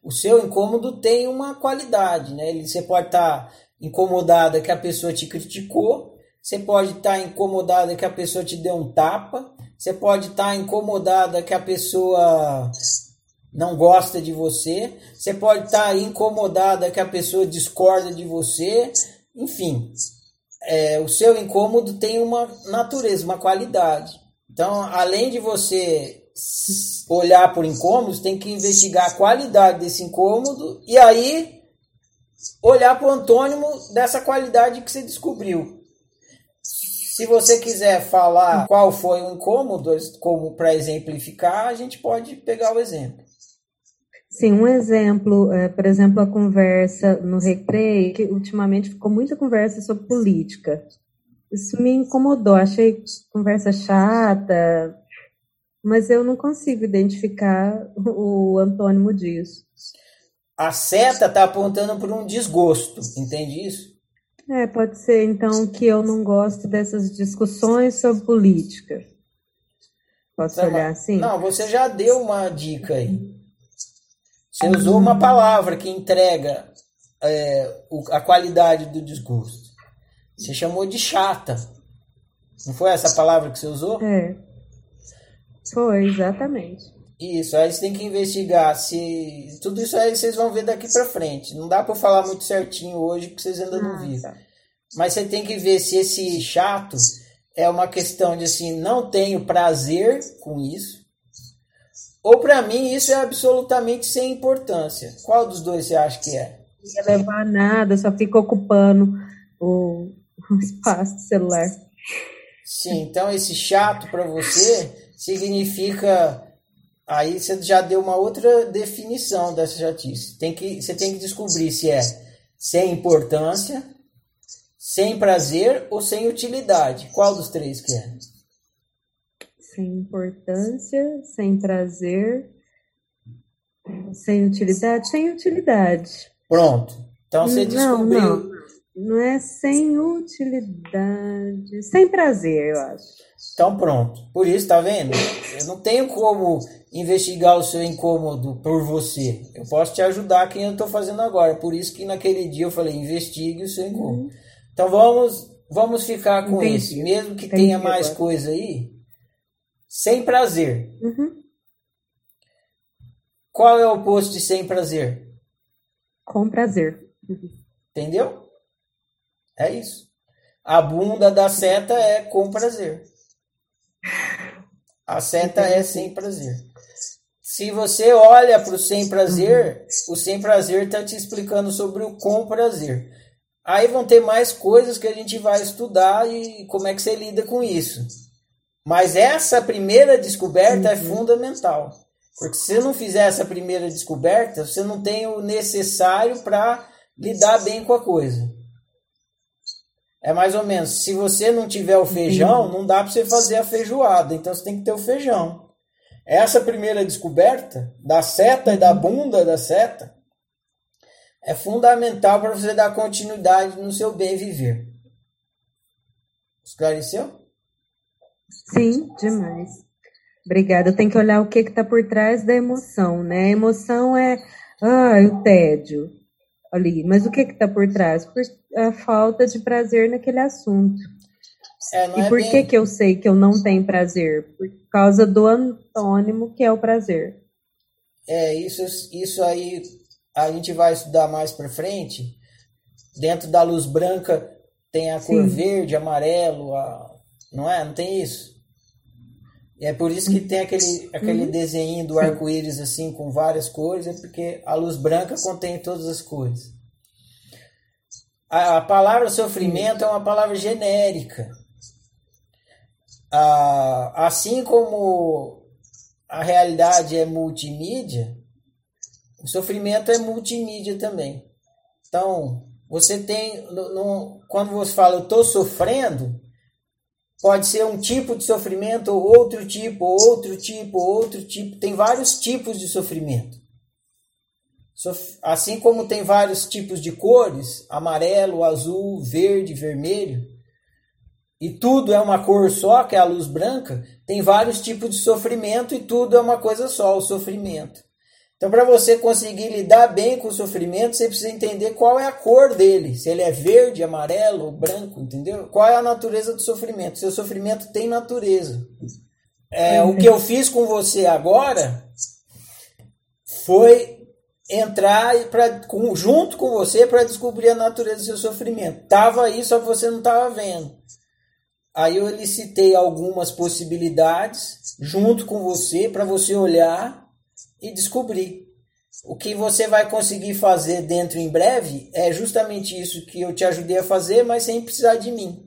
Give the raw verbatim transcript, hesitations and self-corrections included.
o seu incômodo tem uma qualidade, né? Ele, você pode estar incomodada que a pessoa te criticou, você pode estar incomodada que a pessoa te deu um tapa, você pode estar incomodada que a pessoa não gosta de você, você pode estar incomodada que a pessoa discorda de você, enfim, é, o seu incômodo tem uma natureza, uma qualidade. Então, além de você olhar por incômodos, tem que investigar a qualidade desse incômodo e aí olhar para o antônimo dessa qualidade que você descobriu. Se você quiser falar qual foi o incômodo, como para exemplificar, a gente pode pegar o exemplo. Sim, um exemplo, é, por exemplo, a conversa no recreio, que ultimamente ficou muita conversa sobre política. Isso me incomodou, achei conversa chata, mas eu não consigo identificar o antônimo disso. A seta está apontando para um desgosto, entende isso? É, pode ser, então, que eu não gosto dessas discussões sobre política. Posso Então, olhar assim? Não, você já deu uma dica aí. Você usou uma palavra que entrega é, a qualidade do desgosto. Você chamou de chata. Não foi essa palavra que você usou? É, foi, exatamente. Isso, aí você tem que investigar se... Tudo isso aí vocês vão ver daqui pra frente. Não dá pra eu falar muito certinho hoje, porque vocês ainda não viram. Mas você tem que ver se esse chato é uma questão de assim, não tenho prazer com isso, ou pra mim isso é absolutamente sem importância. Qual dos dois você acha que é? Não ia levar a nada, só fica ocupando o, o espaço do celular. Sim, então esse chato pra você significa... Aí você já deu uma outra definição dessa chatice. Tem que, você tem que descobrir se é sem importância, sem prazer ou sem utilidade. Qual dos três que é? Sem importância, sem prazer, sem utilidade, sem utilidade. Pronto. Então você descobriu... Não, não, não é sem utilidade, sem prazer, eu acho. Então pronto. Por isso, tá vendo? Eu não tenho como investigar o seu incômodo por você. Eu posso te ajudar que eu estou fazendo agora. Por isso que naquele dia eu falei, investigue o seu incômodo. Uhum. Então vamos, vamos ficar com Entendi. esse. Mesmo que Entendi tenha mais agora. coisa aí, sem prazer. Uhum. Qual é o oposto de sem prazer? Com prazer. Uhum. Entendeu? É isso. A bunda da seta é com prazer. A seta é sem prazer. Se você olha para o sem prazer, uhum. o sem prazer está te explicando sobre o com prazer. Aí vão ter mais coisas que a gente vai estudar e como é que você lida com isso. Mas essa primeira descoberta uhum. é fundamental. Porque se você não fizer essa primeira descoberta, você não tem o necessário para lidar bem com a coisa. É mais ou menos, se você não tiver o feijão, não dá para você fazer a feijoada. Então você tem que ter o feijão. Essa primeira descoberta da seta e da bunda da seta é fundamental para você dar continuidade no seu bem viver. Esclareceu? Sim, demais. Obrigada. Eu tenho que olhar o que está por trás da emoção, né? A emoção é ah, o tédio ali. Mas o que está por trás? Por a falta de prazer naquele assunto. É, não e é por bem... que que eu sei que eu não tenho prazer? Por causa do antônimo que é o prazer. É, isso, isso aí a gente vai estudar mais para frente. Dentro da luz branca tem a cor Sim. verde, amarelo, a... não é? Não tem isso? E é por isso que tem aquele, aquele uhum. desenho do arco-íris assim com várias cores, é porque a luz branca contém todas as cores. A, a palavra sofrimento Sim. é uma palavra genérica. Ah, assim como a realidade é multimídia, o sofrimento é multimídia também. Então, você tem, no, no, quando você fala eu estou sofrendo, pode ser um tipo de sofrimento, ou outro tipo, ou outro tipo, ou outro tipo. Tem vários tipos de sofrimento. Assim como tem vários tipos de cores, amarelo, azul, verde, vermelho, e tudo é uma cor só, que é a luz branca, tem vários tipos de sofrimento e tudo é uma coisa só, o sofrimento. Então, para você conseguir lidar bem com o sofrimento, você precisa entender qual é a cor dele. Se ele é verde, amarelo ou branco, entendeu? Qual é a natureza do sofrimento? Seu sofrimento tem natureza. É, o que eu fiz com você agora foi entrar pra, com, junto com você para descobrir a natureza do seu sofrimento. Estava aí, só que você não estava vendo. Aí eu elicitei algumas possibilidades junto com você para você olhar e descobrir. O que você vai conseguir fazer dentro em breve é justamente isso que eu te ajudei a fazer, mas sem precisar de mim.